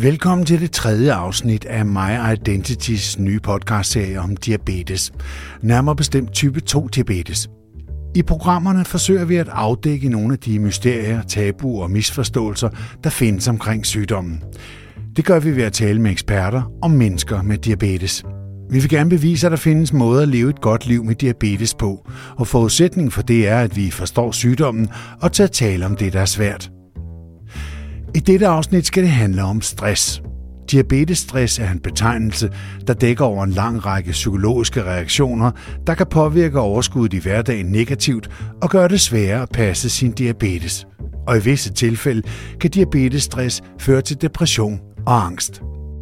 Velkommen til det 3. afsnit af My Identitys nye podcastserie om diabetes, nærmere bestemt type 2 diabetes. I programmerne forsøger vi at afdække nogle af de mysterier, tabuer og misforståelser, der findes omkring sygdommen. Det gør vi ved at tale med eksperter om mennesker med diabetes. Vi vil gerne bevise, at der findes måder at leve et godt liv med diabetes på, og forudsætningen for det er, at vi forstår sygdommen og tager tale om det, der er svært. I dette afsnit skal det handle om stress. Diabetesstress er en betegnelse, der dækker over en lang række psykologiske reaktioner, der kan påvirke overskuddet i hverdagen negativt og gøre det sværere at passe sin diabetes. Og i visse tilfælde kan diabetesstress føre til depression og angst.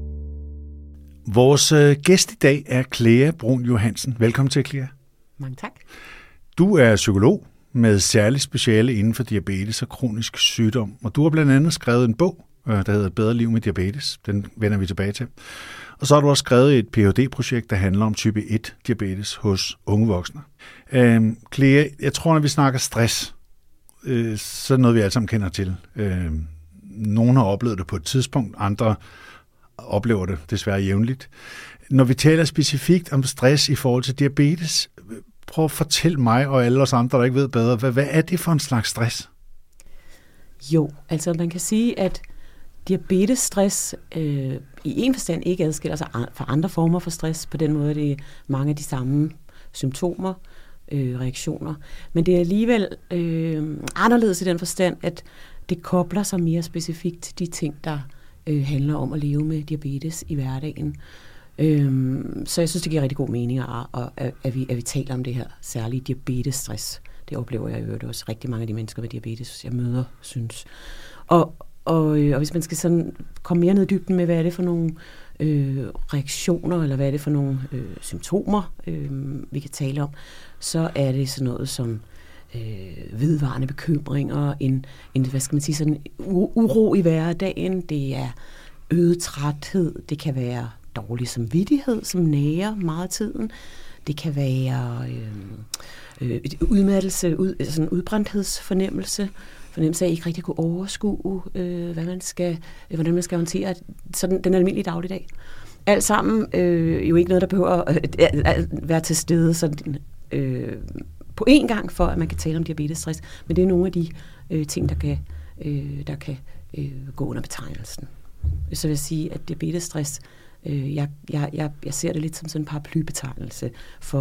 Vores gæst i dag er Clea Bruun Johansen. Velkommen til, Clea. Mange tak. Du er psykolog med særligt speciale inden for diabetes og kronisk sygdom. Og du har blandt andet skrevet en bog, der hedder Bedre liv med diabetes. Den vender vi tilbage til. Og så har du også skrevet et Ph.D.-projekt, der handler om type 1 diabetes hos unge voksne. Clea, jeg tror, når vi snakker stress, så er noget, vi alle sammen kender til. Nogle har oplevet det på et tidspunkt, andre oplever det desværre jævnligt. Når vi taler specifikt om stress i forhold til diabetes, prøv at fortælle mig og alle os andre, der ikke ved bedre, hvad er det for en slags stress? Jo, altså man kan sige, at diabetesstress i en forstand ikke adskiller sig fra andre former for stress. På den måde det er mange af de samme symptomer, reaktioner. Men det er alligevel anderledes i den forstand, at det kobler sig mere specifikt til de ting, der handler om at leve med diabetes i hverdagen. Så jeg synes, det giver rigtig god mening, at vi taler om det her særlige diabetesstress. Det oplever jeg jo også rigtig mange af de mennesker med diabetes, jeg møder, synes. Og hvis man skal sådan komme mere ned i dybden med, hvad er det for nogle reaktioner, eller hvad er det for nogle symptomer, vi kan tale om, så er det sådan noget som vedvarende bekymringer, en hvad skal man sige, sådan uro i hverdagen, det er øget træthed, det kan være dårlig samvittighed, som nager meget af tiden. Det kan være udmattelse, sådan udbrændthedsfornemmelse, fornemmelse af at ikke rigtig kunne overskue, hvordan man skal håndtere sådan den almindelige dagligdag. Alt sammen jo ikke noget, der behøver at være til stede sådan, på én gang, for at man kan tale om diabetesstress, men det er nogle af de ting, der kan gå under betegnelsen. Så vil jeg sige, at diabetesstress, jeg ser det lidt som sådan en paraplybetegnelse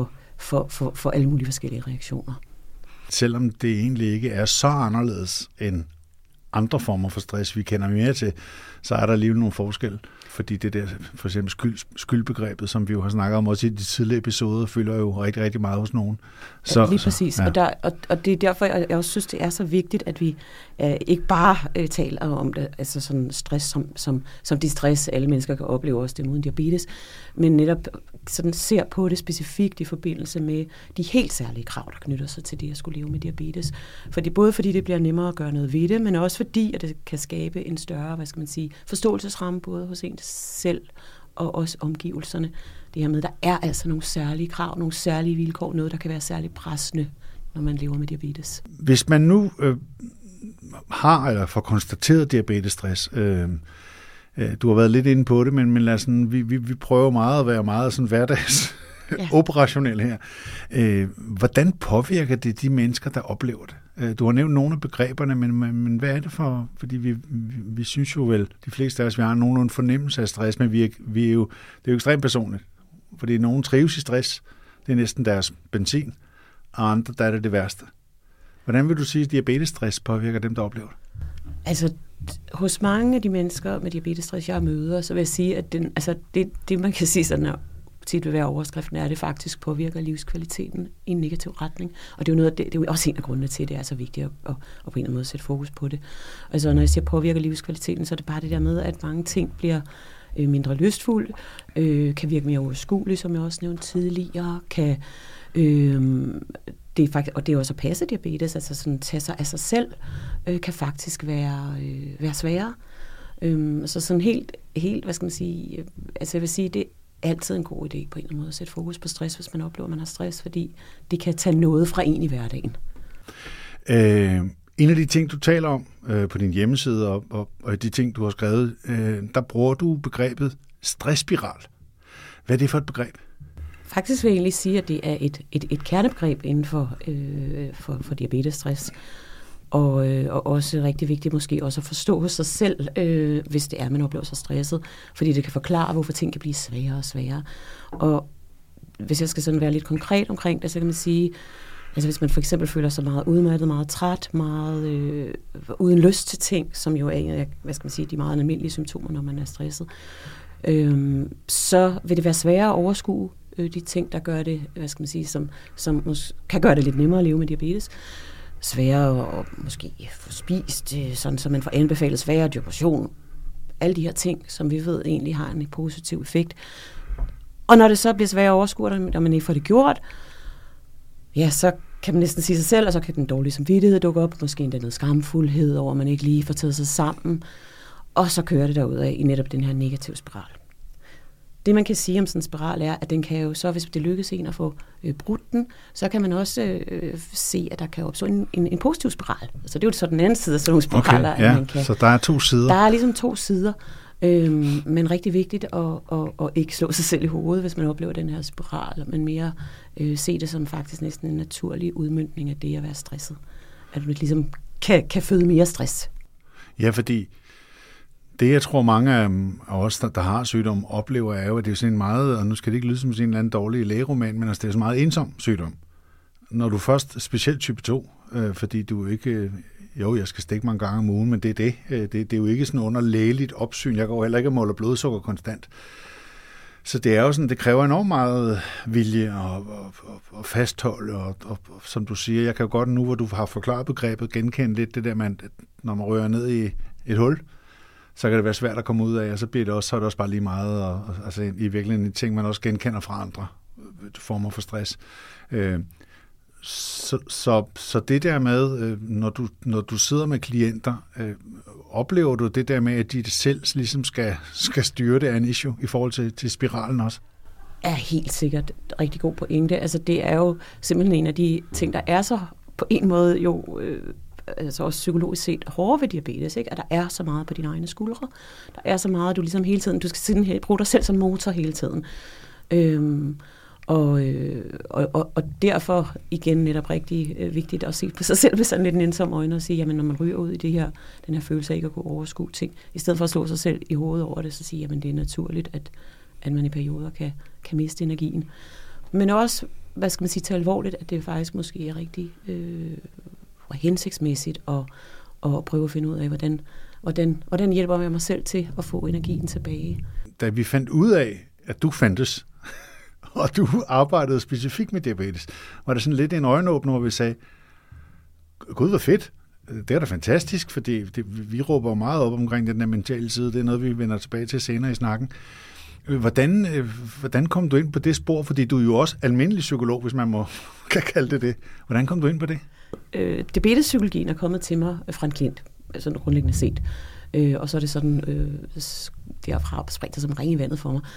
for alle mulige forskellige reaktioner. Selvom det egentlig ikke er så anderledes end andre former for stress, vi kender mere til, så er der alligevel nogle forskelle. Fordi det der, for eksempel skyldbegrebet, som vi jo har snakket om også i de tidligere episoder, fylder jo rigtig, rigtig meget hos nogen. Så, lige præcis. Ja. Og det er derfor, jeg også synes, det er så vigtigt, at vi ikke bare taler om det, altså sådan stress, som de stress, alle mennesker kan opleve, også dem uden diabetes, men netop sådan ser på det specifikt i forbindelse med de helt særlige krav, der knytter sig til det at skulle leve med diabetes. Både fordi det bliver nemmere at gøre noget ved det, men også fordi, at det kan skabe en større, hvad skal man sige, forståelsesramme både hos en selv og også omgivelserne. Det her med, der er altså nogle særlige krav, nogle særlige vilkår, noget, der kan være særligt pressende, når man lever med diabetes. Hvis man nu har eller får konstateret diabetesstress, du har været lidt inde på det, men lad sådan, vi prøver meget at være meget sådan hverdags operationel her. Hvordan påvirker det de mennesker, der oplever det? Du har nævnt nogle af begreberne, men hvad er det for? Fordi vi synes jo vel, de fleste af os, vi har nogenlunde fornemmelse af stress, men det er jo ekstremt personligt. Fordi nogen trives i stress, det er næsten deres benzin, og andre, der er det værste. Hvordan vil du sige, at diabetesstress påvirker dem, der oplever det? Altså, hos mange af de mennesker med diabetesstress, jeg møder, så vil jeg sige, at det man kan sige sådan, tit vil være overskriften, er, at det faktisk påvirker livskvaliteten i en negativ retning. Og det er jo noget, det er jo også en af grundene til, at det er så vigtigt at på en eller anden måde sætte fokus på det. Altså, når jeg siger påvirker livskvaliteten, så er det bare det der med, at mange ting bliver mindre lystfulde, kan virke mere uoverskuelige, som jeg også nævnte tidligere, det er faktisk, og det er også at passe diabetes, altså sådan tage sig af sig selv, kan faktisk være sværere. Så sådan helt, hvad skal man sige, altså jeg vil sige, det altid en god idé på en eller anden måde at sætte fokus på stress, hvis man oplever, at man har stress, fordi det kan tage noget fra en i hverdagen. En af de ting, du taler om på din hjemmeside og de ting, du har skrevet, der bruger du begrebet stressspiral. Hvad er det for et begreb? Faktisk vil jeg egentlig sige, at det er et kernebegreb inden for diabetesstress. Og også rigtig vigtigt måske også at forstå hos sig selv, hvis det er, man oplever sig stresset. Fordi det kan forklare, hvorfor ting kan blive sværere og sværere. Og hvis jeg skal sådan være lidt konkret omkring det, så kan man sige, altså hvis man for eksempel føler sig meget udmattet, meget træt, meget uden lyst til ting, som jo er, hvad skal man sige, de meget almindelige symptomer, når man er stresset, så vil det være sværere at overskue de ting, der gør det, hvad skal man sige, som kan gøre det lidt nemmere at leve med diabetes. Sværere at måske få spist, sådan så man får anbefalet sværere depression. Alle de her ting, som vi ved egentlig har en positiv effekt. Og når det så bliver sværere at overskue, når man ikke får det gjort, ja, så kan man næsten sige sig selv, og så kan den dårlige samvittighed dukke op, måske endda noget skamfuldhed over, at man ikke lige får taget sig sammen, og så kører det derudad i netop den her negative spiral. Det, man kan sige om sådan en spiral, er, at den kan jo så, hvis det lykkes en at få brudt den, så kan man også se, at der kan opstå en positiv spiral. Så det er jo så den anden side af sådan nogle spiraler. Okay, ja. At man kan, så der er to sider. Der er ligesom to sider, men rigtig vigtigt at ikke slå sig selv i hovedet, hvis man oplever den her spiral, men mere se det som faktisk næsten en naturlig udmøntning af det at være stresset. At man ligesom kan føde mere stress. Ja, fordi det, jeg tror mange af os, der har sygdom, oplever, er jo, at det er sådan en meget, og nu skal det ikke lyde som sådan en eller anden dårlig lægeroman, men altså, det er sådan en meget ensom sygdom. Når du først, specielt type 2, fordi du ikke, jeg skal stikke mig en gang om ugen, men det er det. Det er jo ikke sådan under lægeligt opsyn. Jeg går heller ikke at måle blodsukker konstant. Så det er jo sådan, det kræver enormt meget vilje og fastholde, og som du siger, jeg kan jo godt nu, hvor du har forklaret begrebet, genkende lidt det der, når man rører ned i et hul, så kan det være svært at komme ud af, og så er det også bare lige meget, og altså i virkeligheden en ting, man også genkender fra andre former for stress. Så det der med, når du sidder med klienter, oplever du det der med, at de selv ligesom skal styre det af en issue i forhold til spiralen også? Ja, helt sikkert. Rigtig god pointe. Altså det er jo simpelthen en af de ting, der er så på en måde jo altså også psykologisk set hårdere ved diabetes, ikke? At der er så meget på dine egne skuldre. Der er så meget, du ligesom hele tiden, du skal bruge dig selv som motor hele tiden. Og derfor igen netop rigtig vigtigt at se på sig selv med sådan lidt en ensom øjne og sige, jamen når man ryger ud i den her følelse af ikke at kunne overskue ting, i stedet for at slå sig selv i hovedet over det, så sige, jamen det er naturligt, at man i perioder kan miste energien. Men også, hvad skal man sige, til alvorligt, at det faktisk måske er rigtig hensigtsmæssigt at prøve at finde ud af, hvordan hjælper jeg mig selv til at få energien tilbage. Da vi fandt ud af, at du fandtes, og du arbejdede specifikt med diabetes, var det sådan lidt en øjenåbner, hvor vi sagde, gud, hvor fedt. Det er da fantastisk, fordi vi råber meget op omkring den der mentale side. Det er noget, vi vender tilbage til senere i snakken. Hvordan kom du ind på det spor? Fordi du er jo også almindelig psykolog, hvis man kan kalde det det. Hvordan kom du ind på det? Diabetespsykologien er kommet til mig fra en klient, sådan grundlæggende set. Og så er det sådan, derfra spredt sig som ring i vandet for mig.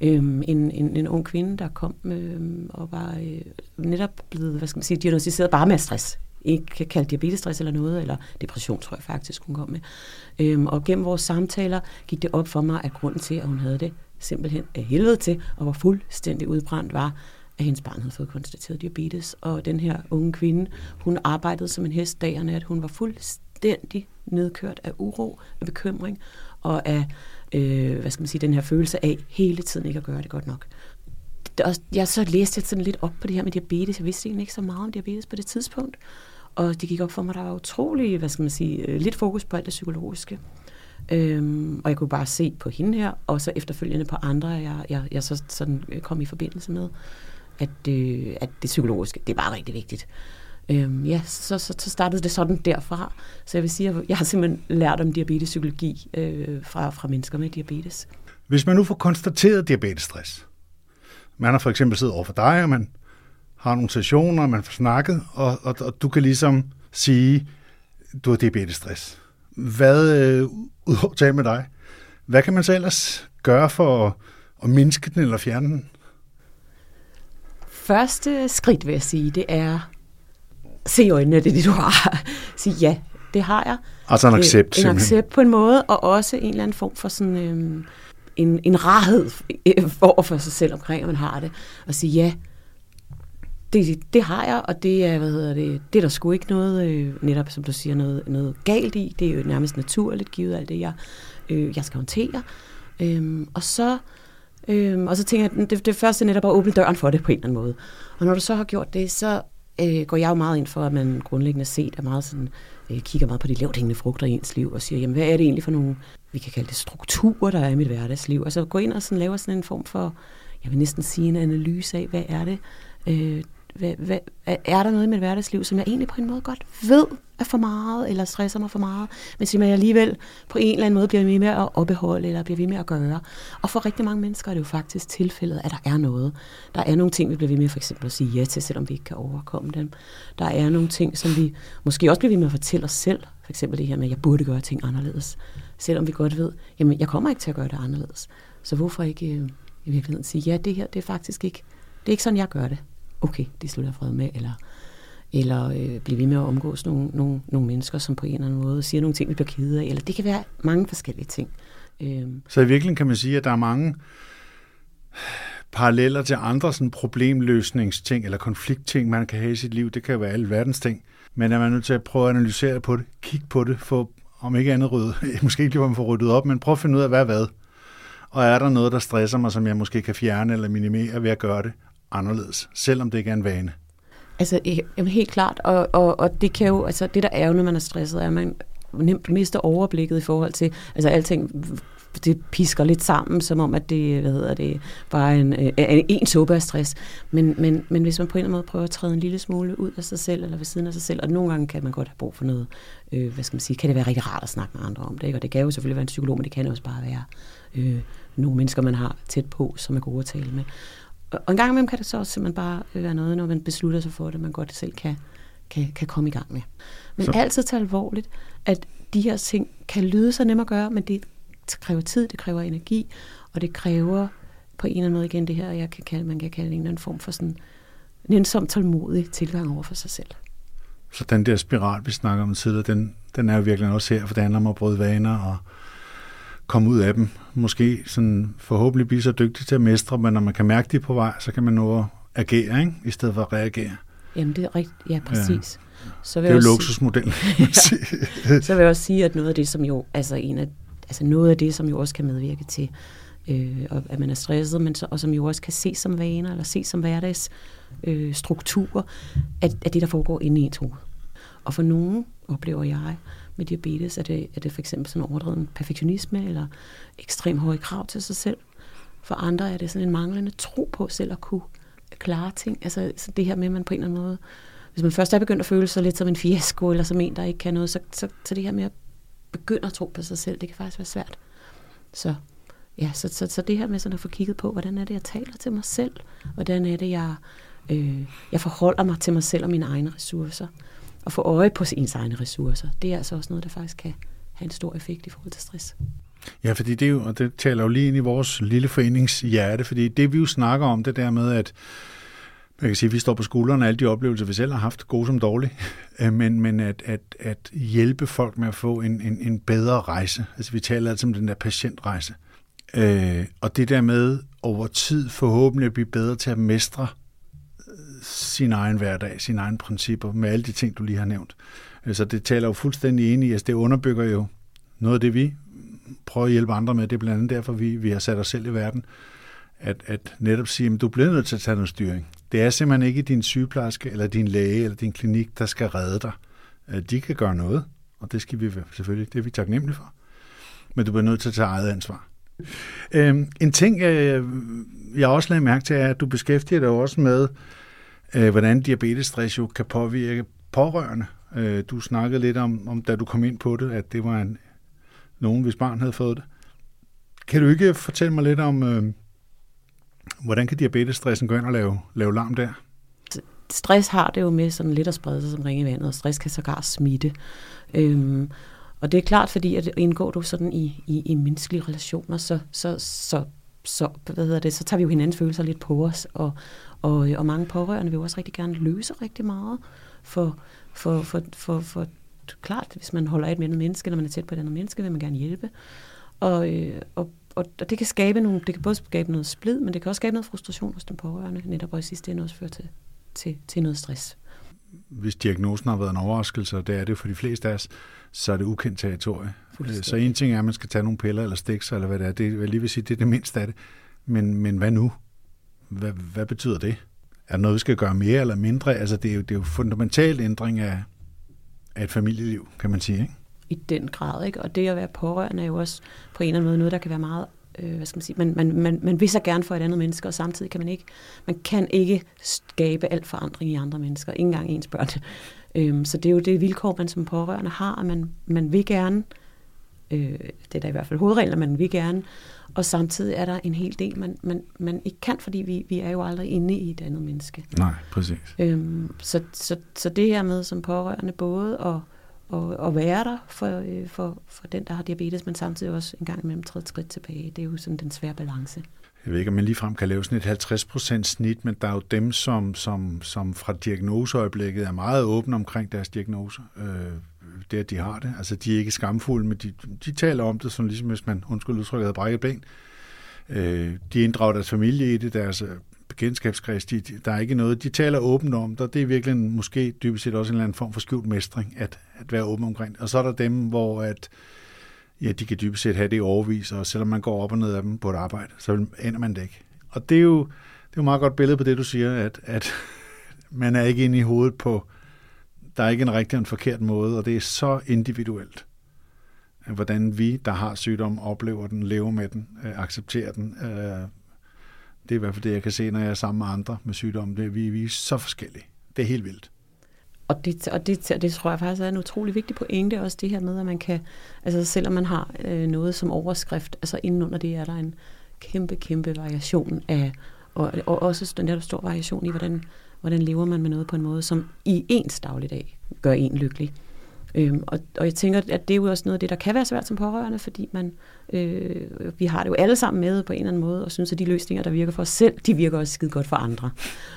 En ung kvinde, der kom og var netop blevet, hvad skal man sige, diagnosticeret bare med stress. Ikke kaldt diabetesstress eller noget, eller depression, tror jeg faktisk, hun kom med. Og gennem vores samtaler gik det op for mig, at grunden til, at hun havde det simpelthen af helvede til, og var fuldstændig udbrændt, var, at hendes barn havde fået konstateret diabetes. Og den her unge kvinde, hun arbejdede som en hest dag og nat. Hun var fuldstændig nedkørt af uro, af bekymring, og af, hvad skal man sige, den her følelse af hele tiden ikke at gøre det godt nok. Så læste jeg sådan lidt op på det her med diabetes. Jeg vidste egentlig ikke så meget om diabetes på det tidspunkt. Og det gik op for mig, der var utrolig, hvad skal man sige, lidt fokus på alt det psykologiske. Og jeg kunne bare se på hende her, og så efterfølgende på andre, jeg så sådan kom i forbindelse med, at det psykologiske, det var rigtig vigtigt. Så startede det sådan derfra. Så jeg vil sige, at jeg har simpelthen lært om diabetespsykologi fra mennesker med diabetes. Hvis man nu får konstateret diabetesstress, man har for eksempel siddet over for dig, og man har nogle sessioner, man får snakket, og du kan ligesom sige, du har diabetesstress. Udover at tale med dig, hvad kan man så ellers gøre for at mindske den eller fjerne den? Første skridt, vil jeg sige, det er se i øjnene, det er det, du har. Sige ja, det har jeg. Altså en accept, en accept på en måde, og også en eller anden form for sådan en rarhed for sig selv omkring, at man har det. Og sige, ja, det har jeg, og det er, det er der sgu ikke noget, netop som du siger, noget galt i. Det er jo nærmest naturligt, givet alt det, jeg skal håndtere. Og så tænker jeg, det første er netop at åbne døren for det på en eller anden måde. Og når du så har gjort det, så går jeg jo meget ind for, at man grundlæggende set er meget sådan, kigger meget på de lavthængende frugter i ens liv, og siger, jamen hvad er det egentlig for nogle, vi kan kalde det strukturer, der er i mit hverdagsliv. Altså gå ind og sådan, laver sådan en form for, jeg vil næsten sige en analyse af, hvad er det, er der noget i mit hverdagsliv, som jeg egentlig på en måde godt ved er for meget, eller stresser mig for meget, men som jeg alligevel på en eller anden måde bliver ved med at opbeholde, eller bliver ved med at gøre. Og for rigtig mange mennesker er det jo faktisk tilfældet, at der er noget. Der er nogle ting, vi bliver ved med for eksempel at sige ja til, selvom vi ikke kan overkomme dem. Der er nogle ting, som vi måske også bliver ved med at fortælle os selv. For eksempel det her med, at jeg burde gøre ting anderledes. Selvom vi godt ved, jamen jeg kommer ikke til at gøre det anderledes. Så hvorfor ikke i virkeligheden sige, ja, det her, det er faktisk ikke, det er ikke sådan, jeg gør det. Okay, det slutter jeg fred med, eller blive ved med at omgås nogle mennesker, som på en eller anden måde siger nogle ting, vi bliver kede af, eller det kan være mange forskellige ting. Så i virkeligheden kan man sige, at der er mange paralleller til andre sådan problemløsningsting eller konfliktting, man kan have i sit liv. Det kan være alle verdens ting, men er man nødt til at prøve at analysere på det, kigge på det, få om ikke andet måske ikke lige, hvor man får ryddet op, men prøv at finde ud af, hvad Og er der noget, der stresser mig, som jeg måske kan fjerne eller minimere ved at gøre det anderledes, selvom det ikke er en vane? Altså, jamen helt klart, og det kan jo, altså det der er jo, når man er stresset, er, at man nemt mister overblikket i forhold til, altså alting, det pisker lidt sammen, som om, at det, bare en suppe af stress. Men hvis man på en eller anden måde prøver at træde en lille smule ud af sig selv, eller ved siden af sig selv, og nogle gange kan man godt have brug for noget, kan det være rigtig rart at snakke med andre om det, ikke? Og det kan jo selvfølgelig være en psykolog, men det kan også bare være nogle mennesker, man har tæt på, som er gode at tale med. Og en gang imellem kan det så også simpelthen bare være noget, når man beslutter sig for det, man godt selv kan komme i gang med. Men altid tage alvorligt, at de her ting kan lyde så nemt at gøre, men det kræver tid, det kræver energi, og det kræver på en eller anden måde igen det her, man kan kalde en eller anden form for sådan en ensom tålmodig tilgang over for sig selv. Så den der spiral, vi snakker om tidligere, den er jo virkelig også her, for det handler om at bryde vaner og komme ud af dem. Måske sådan forhåbentlig blive så dygtig til at mestre, men når man kan mærke det på vej, så kan man nå at agere, ikke? I stedet for at reagere. Jamen det er rigtigt, ja præcis. Ja. Så det er jo luksusmodellen. Så vil jeg også sige, at noget af det, som jo, noget af det, som jo også kan medvirke til, at man er stresset, og som jo også kan ses som vaner, eller ses som hverdagsstrukturer, at det, der foregår inde i ens hoved. Og for nogen, oplever jeg, med diabetes, er det for eksempel sådan overdreven perfektionisme, eller ekstremt høje krav til sig selv. For andre er det sådan en manglende tro på selv at kunne klare ting. Altså det her med, at man på en eller anden måde, hvis man først er begyndt at føle sig lidt som en fiasko, eller som en, der ikke kan noget, så det her med at begynde at tro på sig selv, det kan faktisk være svært. Så det her med sådan at få kigget på, hvordan er det, jeg taler til mig selv? Hvordan er det, jeg forholder mig til mig selv og mine egne ressourcer? Og få øje på ens egne ressourcer. Det er altså også noget, der faktisk kan have en stor effekt i forhold til stress. Ja, fordi det er jo, og det taler jo lige ind i vores lille foreningshjerte, fordi det vi jo snakker om, det der med, at man kan sige, at vi står på skuldrene af alle de oplevelser, vi selv har haft, gode som dårlige, men at hjælpe folk med at få en bedre rejse. Altså vi taler altid om den der patientrejse. Og det der med over tid forhåbentlig at blive bedre til at mestre sin egen hverdag, sine egne principper, med alle de ting, du lige har nævnt. Så det taler jo fuldstændig enig i, altså det underbygger jo noget af det, vi prøver at hjælpe andre med. Det er blandt andet derfor, vi har sat os selv i verden, at netop sige, at du bliver nødt til at tage noget styring. Det er simpelthen ikke din sygeplejerske, eller din læge, eller din klinik, der skal redde dig. De kan gøre noget, og det skal vi selvfølgelig, det er vi taknemmelige for. Men du bliver nødt til at tage eget ansvar. En ting, jeg også lagde mærke til, er, at du beskæftiger dig også med, hvordan diabetesstress jo kan påvirke pårørende. Du snakkede lidt om, da du kom ind på det, at det var nogen, hvis barn havde fået det. Kan du ikke fortælle mig lidt om, hvordan kan diabetesstressen gå ind og lave larm der? Stress har det jo med sådan lidt at sprede sig som ringe i vandet, og stress kan sågar smitte. Og det er klart, fordi at indgår du sådan i menneskelige relationer, så tager vi jo hinandens følelser lidt på os, og mange pårørende vil jo også rigtig gerne løse rigtig meget for klart, hvis man holder af et andet menneske, når man er tæt på et andet menneske, vil man gerne hjælpe. Og det kan skabe det kan både skabe noget splid, men det kan også skabe noget frustration hos den pårørende, netop og i sidste ende også føre til noget stress. Hvis diagnosen har været en overraskelse, og det er det for de fleste af os, så er det ukendt territorie. Så en ting er, at man skal tage nogle piller eller stikser, eller hvad det er. Det vil lige vil sige, det er det mindste af det. Men hvad nu? Hvad betyder det? Er det noget, vi skal gøre mere eller mindre? Altså, det er jo fundamental ændring af et familieliv, kan man sige, ikke? I den grad, ikke? Og det at være pårørende er jo også på en eller anden måde noget, der kan være meget, man vil så gerne for et andet menneske, og samtidig kan man kan ikke skabe alt forandring i andre mennesker, ikke engang ens børn. Så det er jo det vilkår, man som pårørende har, at man vil gerne, det er da i hvert fald hovedregler, man vil gerne, og samtidig er der en hel del, man ikke kan, fordi vi er jo aldrig inde i et andet menneske. Nej, præcis. Så det her med som pårørende både at være der for den, der har diabetes, men samtidig også en gang imellem træde et skridt tilbage. Det er jo sådan den svære balance. Jeg ved ikke, om man ligefrem kan lave sådan et 50% snit, men der er jo dem, som fra diagnoseøjeblikket er meget åbne omkring deres diagnoser. Det, at de har det. Altså, de er ikke skamfulde, men de taler om det, som ligesom hvis man, undskyld udtrykket, havde brækket ben. De inddrager deres familie i det, deres bekendtskabskreds. Der er ikke noget, de taler åbent om det. Det er virkelig måske dybest set også en eller anden form for skjult mestring, at være åben omkring. Og så er der dem, hvor de kan dybest set have det i overvis, og selvom man går op og ned af dem på et arbejde, så ender man det ikke. Og det er jo et meget godt billede på det, du siger, at man er ikke inde i hovedet på, der er ikke en rigtig og en forkert måde, og det er så individuelt, hvordan vi, der har sygdom, oplever den, lever med den, accepterer den. Det er i hvert fald det, jeg kan se, når jeg er sammen med andre med sygdom. Vi er så forskellige. Det er helt vildt. Og det tror jeg faktisk er en utrolig vigtig pointe, også det her med, at man kan, altså selvom man har noget som overskrift, altså indenunder det er der en kæmpe variation af, og også den der stor variation i, hvordan lever man med noget på en måde, som i ens dagligdag gør en lykkelig. Og jeg tænker, at det er jo også noget af det, der kan være svært som pårørende, fordi vi har det jo alle sammen med på en eller anden måde, og synes, at de løsninger, der virker for os selv, de virker også skide godt for andre.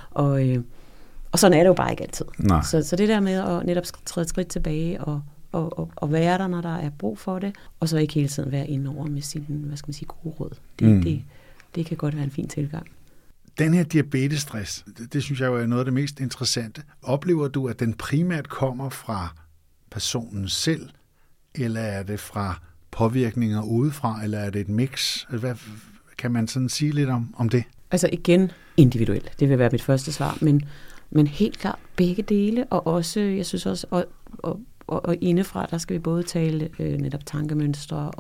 Og sådan er det jo bare ikke altid. Så det der med at netop træde et skridt tilbage og være der, når der er brug for det, og så ikke hele tiden være indover med sin, gode råd. Det kan godt være en fin tilgang. Den her diabetesstress, det synes jeg jo er noget af det mest interessante. Oplever du, at den primært kommer fra personen selv, eller er det fra påvirkninger udefra, eller er det et mix? Hvad kan man sådan sige lidt om det? Altså igen, individuelt. Det vil være mit første svar, men helt klart begge dele, og også, jeg synes også, og indefra, der skal vi både tale netop tankemønstre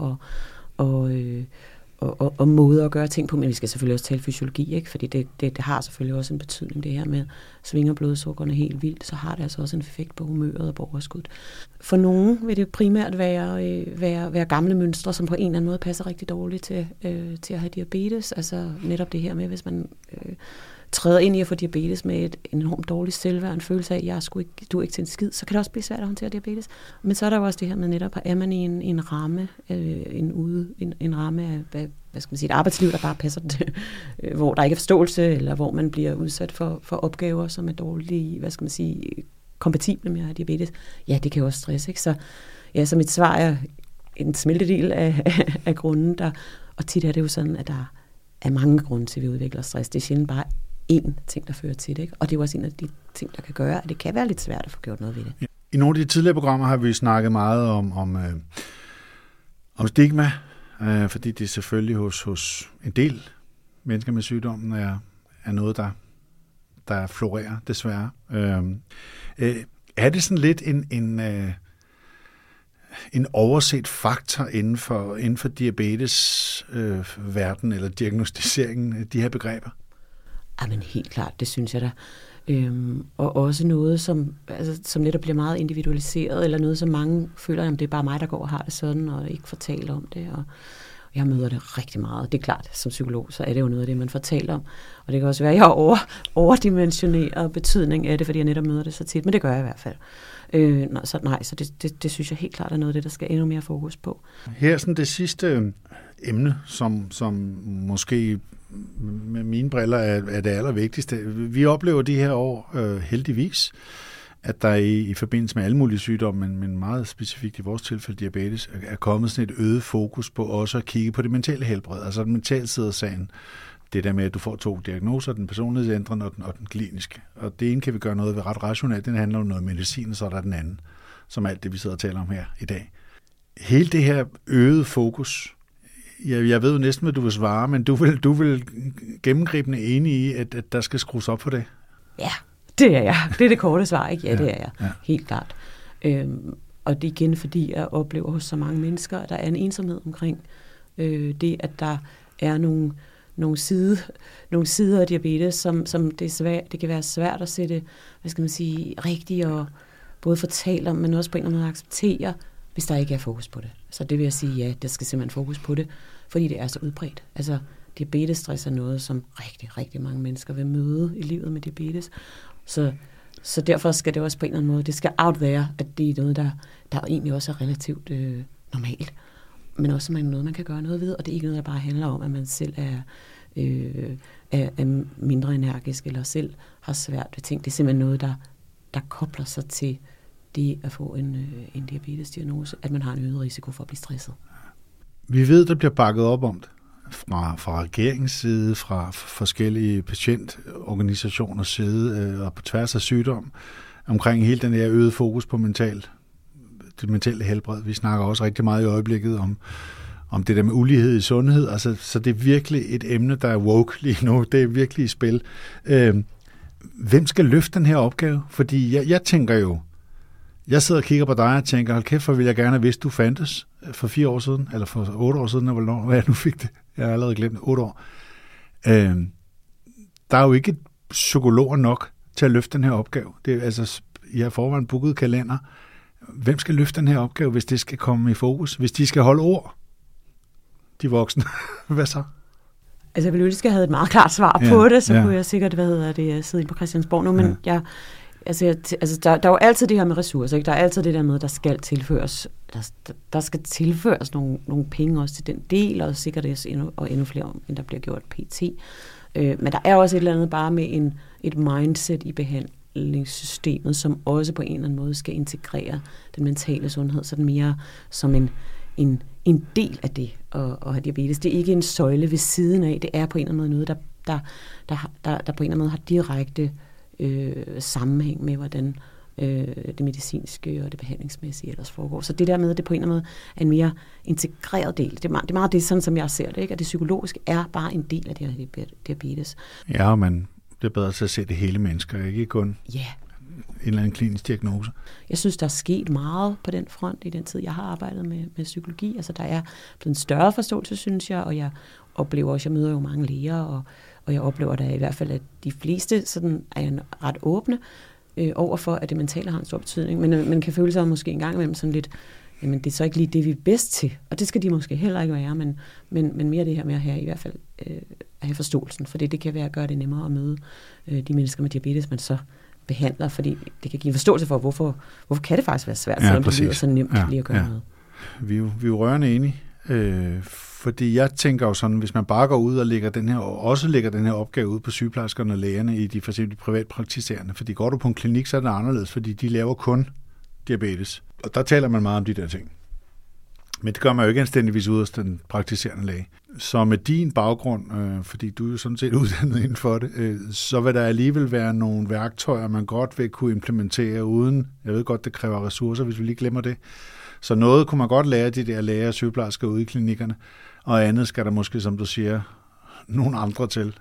og måder at gøre ting på, men vi skal selvfølgelig også tale fysiologi, ikke? Fordi det har selvfølgelig også en betydning, det her med svinger blodsukkerne helt vildt, så har det altså også en effekt på humøret og på overskud. For nogen vil det primært være gamle mønstre, som på en eller anden måde passer rigtig dårligt til at have diabetes, altså netop det her med, hvis man træder ind i at få diabetes med et enormt dårligt selvværd, en følelse af, at du er ikke til en skid, så kan det også blive svært at håndtere diabetes. Men så er der jo også det her med netop, er man i en ramme, en ramme af, et arbejdsliv, der bare passer det, hvor der ikke er forståelse, eller hvor man bliver udsat for opgaver, som er dårlige, kompatible med at have diabetes. Ja, det kan jo også stress, ikke? Så mit svar er en smeltedel af grunden, og tit er det jo sådan, at der er mange grunde til, at vi udvikler stress. Det er sjældent bare én ting, der fører til det, ikke? Og det er jo også en af de ting, der kan gøre, at det kan være lidt svært at få gjort noget ved det. I nogle af de tidligere programmer har vi snakket meget om stigma, fordi det selvfølgelig hos en del mennesker med sygdommen er noget, der florerer, desværre. Er det sådan lidt en overset faktor inden for diabetes-verden eller diagnostiseringen, de her begreber? Jamen helt klart, det synes jeg da. Og også noget, som netop bliver meget individualiseret, eller noget, som mange føler, at det er bare mig, der går og har det sådan, og ikke fortæller om det. Og jeg møder det rigtig meget. Det er klart, som psykolog, så er det jo noget af det, man fortæller om. Og det kan også være, at jeg har overdimensioneret betydning af det, fordi jeg netop møder det så tit, men det gør jeg i hvert fald. Så det synes jeg helt klart er noget af det, der skal endnu mere fokus på. Her er sådan det sidste emne, som måske med mine briller er det allervigtigste. Vi oplever de her år heldigvis, at der i forbindelse med alle mulige sygdomme, men meget specifikt i vores tilfælde diabetes, er kommet sådan et øget fokus på også at kigge på det mentale helbred, altså den mentale side af sagen. Det der med, at du får 2 diagnoser, den personlighedsændrende og den kliniske. Og det ene kan vi gøre noget ved ret rationelt, den handler om noget medicin, og så er der den anden, som alt det, vi sidder og taler om her i dag. Hele det her øgede fokus, jeg ved jo næsten, hvad du vil svare, men du vil gennemgribende enig i, at der skal skrues op for det? Ja, det er jeg. Det er det korte svar, ikke? Ja, det er jeg. Ja. Helt klart. Og det er igen, fordi jeg oplever hos så mange mennesker, at der er en ensomhed omkring det, at der er nogle sider af diabetes, som det kan være svært at sætte, rigtigt og både fortælle om, men også på en eller anden måde acceptere, hvis der ikke er fokus på det. Så det vil jeg sige, ja, der skal simpelthen fokus på det, fordi det er så udbredt. Altså, diabetesstress er noget, som rigtig, rigtig mange mennesker vil møde i livet med diabetes. Så derfor skal det også på en eller anden måde, det skal out there, at det er noget, der egentlig også er relativt normalt, men også noget, man kan gøre noget ved, og det er ikke noget, der bare handler om, at man selv er mindre energisk, eller selv har svært ved ting. Det er simpelthen noget, der kobler sig til det at få en diabetesdiagnose, at man har en øget risiko for at blive stresset. Vi ved, der bliver bakket op om det fra regeringens side, fra forskellige patientorganisationers side og på tværs af sygdom, omkring hele den her øgede fokus på det mentale helbred. Vi snakker også rigtig meget i øjeblikket om det der med ulighed i sundhed. Altså, så det er virkelig et emne, der er woke lige nu. Det er virkelig i spil. Hvem skal løfte den her opgave? Fordi jeg tænker jo, jeg sidder og kigger på dig og tænker, hold kæft, for vil jeg gerne have vidst, du fandtes for 4 år siden, eller for 8 år siden, eller hvornår jeg nu fik det. Jeg har allerede glemt 8 år. Der er jo ikke psykologer nok til at løfte den her opgave. Det er, altså, jeg har forvejen booket kalender. Hvem skal løfte den her opgave, hvis det skal komme i fokus? Hvis de skal holde ord, de voksne, hvad så? Altså, jeg ville ønske, at jeg havde et meget klart svar på det, så kunne jeg sikkert, sidde på Christiansborg nu, men der er jo altid det her med ressourcer, ikke? Der er altid det der med, der skal tilføres, der skal tilføres nogle penge også til den del, og sikkert endnu flere, end der bliver gjort pt. Men der er også et eller andet bare med et mindset i behandlingssystemet, som også på en eller anden måde skal integrere den mentale sundhed, så den mere som en del af det at have diabetes. Det er ikke en søjle ved siden af, det er på en eller anden måde noget, der på en eller anden måde har direkte sammenhæng med, hvordan det medicinske og det behandlingsmæssige ellers foregår. Så det der med, at det på en eller anden måde er en mere integreret del. Det er meget det, sådan som jeg ser det, ikke? At det psykologiske er bare en del af det her diabetes. Ja, men det er bedre til at se det hele mennesker, ikke kun en eller anden klinisk diagnose. Jeg synes, der er sket meget på den front i den tid, jeg har arbejdet med psykologi. Altså, der er blevet en større forståelse, synes jeg, og jeg oplever også, jeg møder jo mange læger, og jeg oplever da i hvert fald, at de fleste sådan er ret åbne overfor, at det mentale har en stor betydning. Men man kan føle sig måske en gang imellem sådan lidt, jamen det er så ikke lige det, vi er bedst til. Og det skal de måske heller ikke være, men mere det her med at have i hvert fald at have forståelsen. For det kan være at gøre det nemmere at møde de mennesker med diabetes, man så behandler, fordi det kan give en forståelse for, hvorfor kan det faktisk være svært, selvom det lyder så nemt lige at gøre noget. Vi er jo rørende enige. Fordi jeg tænker jo sådan, hvis man bare går ud og lægger den her opgave ud på sygeplejerskerne og lægerne i de forskellige privatpraktiserende, fordi går du på en klinik, så er det anderledes, fordi de laver kun diabetes. Og der taler man meget om de der ting. Men det gør man jo ikke anstændigvis ud hos den praktiserende læge. Så med din baggrund, fordi du er jo sådan set uddannet inden for det, så vil der alligevel være nogle værktøjer, man godt vil kunne implementere uden, jeg ved godt, det kræver ressourcer, hvis vi lige glemmer det. Så noget kunne man godt lære de der læger og sygeplejersker ude i klinikkerne, og andet skal der måske, som du siger, nogle andre til.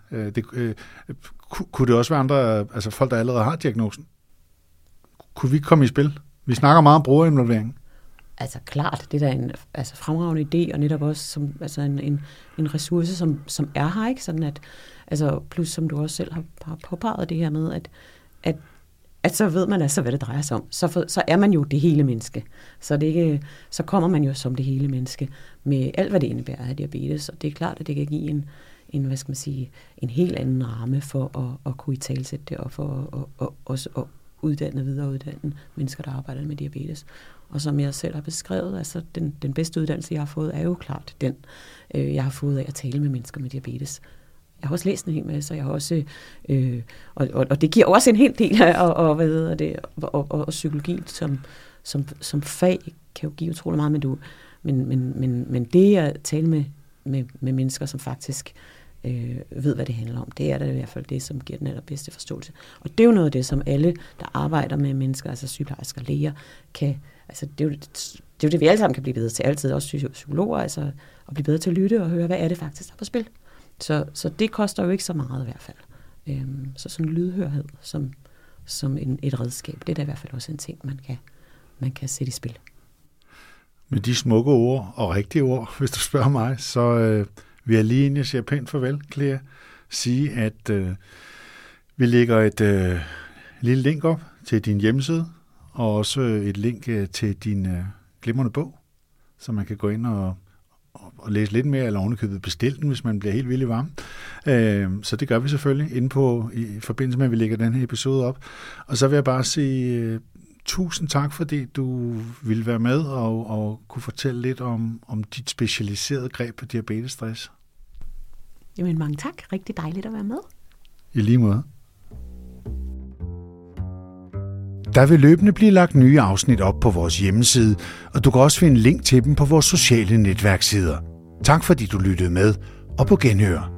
Kunne det også være andre, altså folk, der allerede har diagnosen? Kunne vi komme i spil? Vi snakker meget om brugerinvolvering. Altså klart, det er en fremragende idé, og netop også som, en ressource, som er her, ikke? Sådan at, altså, plus som du også selv har påpeget det her med, at så ved man altså, hvad det drejer sig om. Så er man jo det hele menneske. Så kommer man jo som det hele menneske med alt, hvad det indebærer at have diabetes. Og det er klart, at det kan give en helt anden ramme for at kunne italesætte det, og for også at videreuddanne mennesker, der arbejder med diabetes. Og som jeg selv har beskrevet, altså den bedste uddannelse, jeg har fået, er jo klart den, jeg har fået af at tale med mennesker med diabetes. Jeg har også læst en hel masse, og jeg har også, og det giver også en hel del og psykologi som fag kan jo give utrolig meget, men det at tale med mennesker, som faktisk ved, hvad det handler om, det er da i hvert fald det, som giver den allerbedste forståelse. Og det er jo noget af det, som alle, der arbejder med mennesker, altså sygeplejersker, læger, kan, altså det er jo det, vi alle sammen kan blive bedre til, altid også psykologer, altså at blive bedre til at lytte og høre, hvad er det faktisk, der er på spil. Så det koster jo ikke så meget i hvert fald. Så sådan en lydhørhed som et redskab, det er da i hvert fald også en ting, man kan sætte i spil. Med de smukke ord og rigtige ord, hvis du spørger mig, så vil jeg lige, inden jeg siger pænt farvel, Claire, sige, at vi lægger et lille link op til din hjemmeside, og også et link til din glimrende bog, så man kan gå ind og læse lidt mere, eller ovenikøbet bestille den, hvis man bliver helt vildt varm. Så det gør vi selvfølgelig i forbindelse med, at vi lægger den her episode op. Og så vil jeg bare sige tusind tak, fordi du ville være med og kunne fortælle lidt om dit specialiserede greb på diabetesstress. Jamen mange tak. Rigtig dejligt at være med. I lige måde. Der vil løbende blive lagt nye afsnit op på vores hjemmeside, og du kan også finde link til dem på vores sociale netværkssider. Tak fordi du lyttede med, og på genhør.